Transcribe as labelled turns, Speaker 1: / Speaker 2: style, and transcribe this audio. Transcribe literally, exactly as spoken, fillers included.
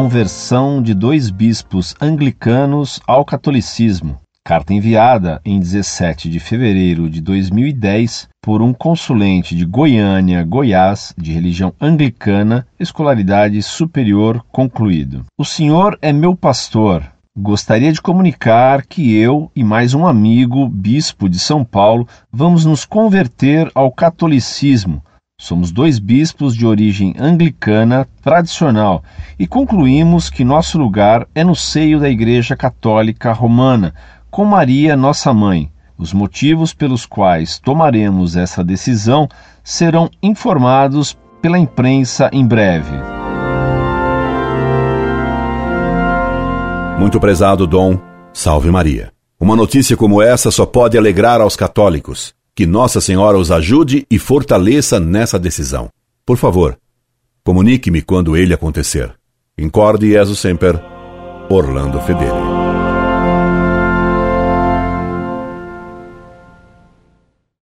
Speaker 1: conversão de dois bispos anglicanos ao catolicismo. Carta enviada em dezessete de fevereiro de dois mil e dez por um consulente de Goiânia, Goiás, de religião anglicana, escolaridade superior concluído. O senhor é meu pastor. Gostaria de comunicar que eu e mais um amigo, bispo de São Paulo, vamos nos converter ao catolicismo. Somos dois bispos de origem anglicana tradicional e concluímos que nosso lugar é no seio da Igreja Católica Romana, com Maria, nossa mãe. Os motivos pelos quais tomaremos essa decisão serão informados pela imprensa em breve.
Speaker 2: Muito prezado Dom, salve Maria. Uma notícia como essa só pode alegrar aos católicos. Que Nossa Senhora os ajude e fortaleça nessa decisão. Por favor, comunique-me quando ele acontecer. Incorde Jesus Semper, Orlando Fedeli.